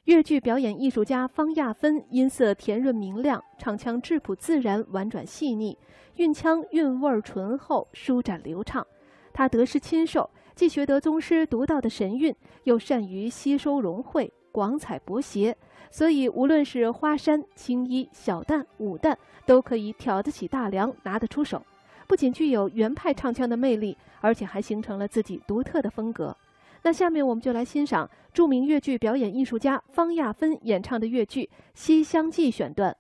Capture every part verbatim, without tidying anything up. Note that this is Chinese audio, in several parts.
越剧表演艺术家方亚芬音色甜润明亮，唱腔质朴自然、婉转细腻，韵腔韵味醇厚、舒展流畅。他得师亲授，既学得宗师独到的神韵，又善于吸收融汇，广采博谐，所以无论是花山、青衣、小旦、武旦，都可以挑得起大梁，拿得出手。不仅具有原派唱腔的魅力，而且还形成了自己独特的风格。那下面我们就来欣赏著名越剧表演艺术家方亚芬演唱的越剧《西厢记》选段。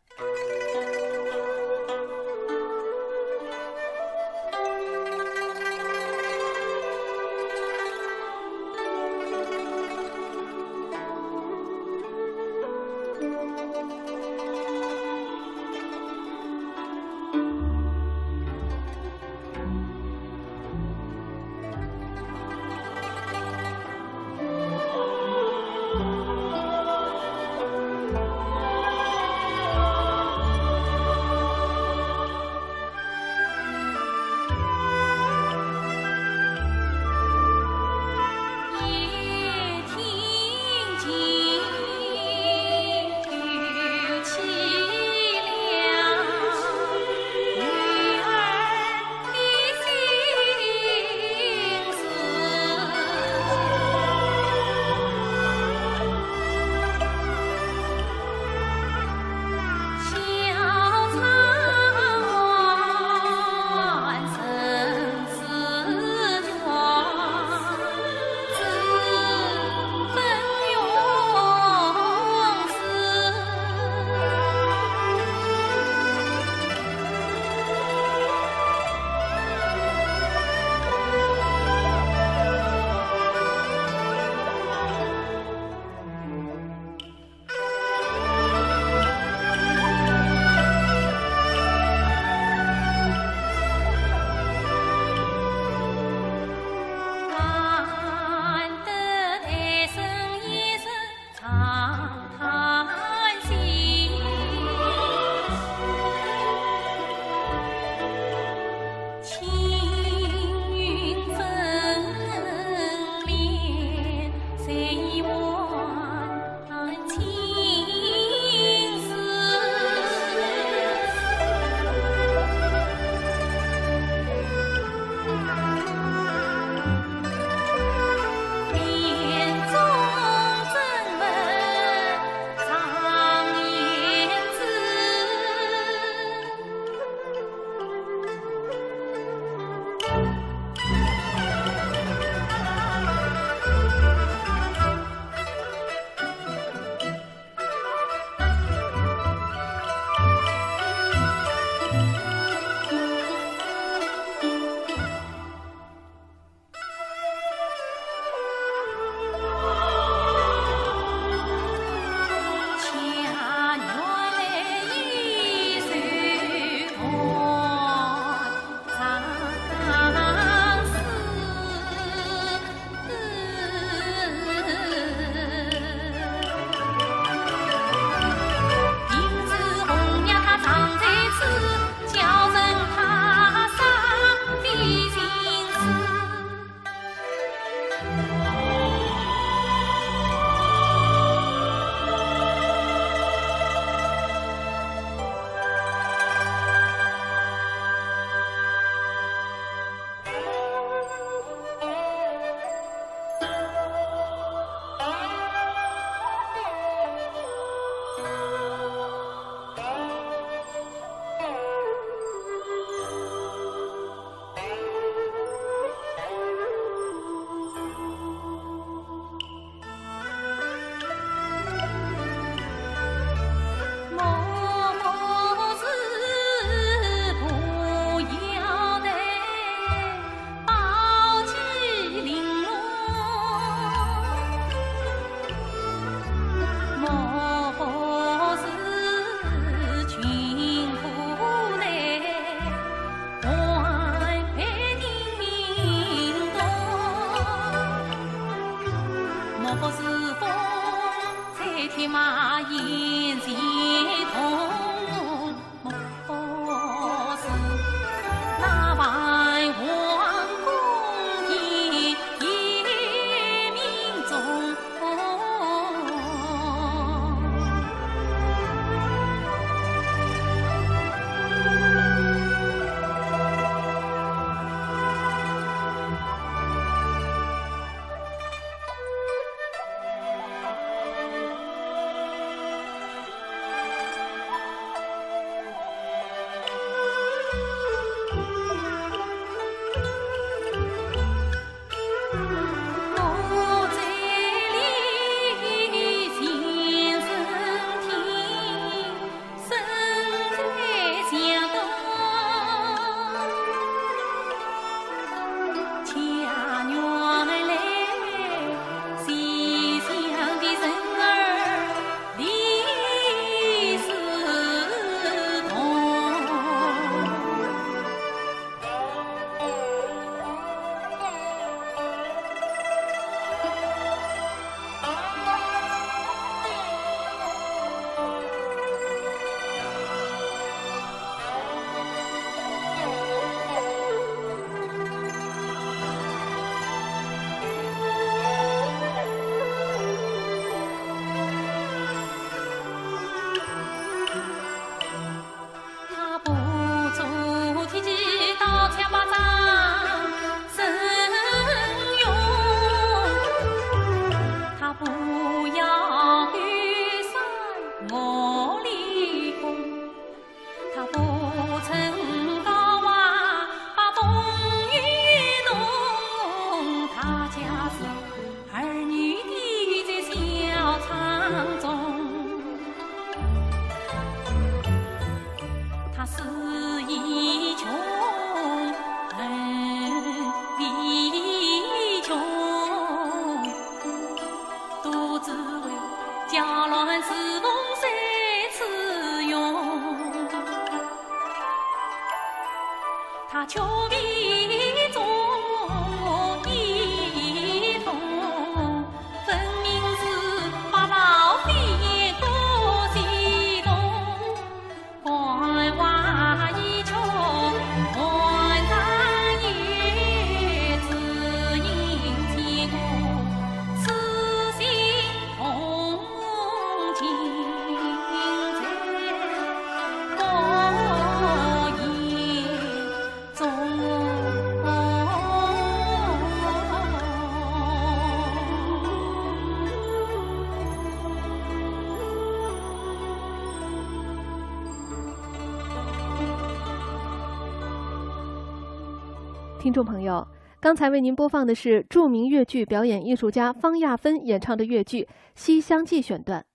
乱世风谁此用？他丘比中一通，分明是把老兵过西东。关外一穷，关山也只因天公此心同情在过夜中。 听众朋友，刚才为您播放的是著名越剧表演艺术家方亚芬演唱的越剧《西厢记》选段。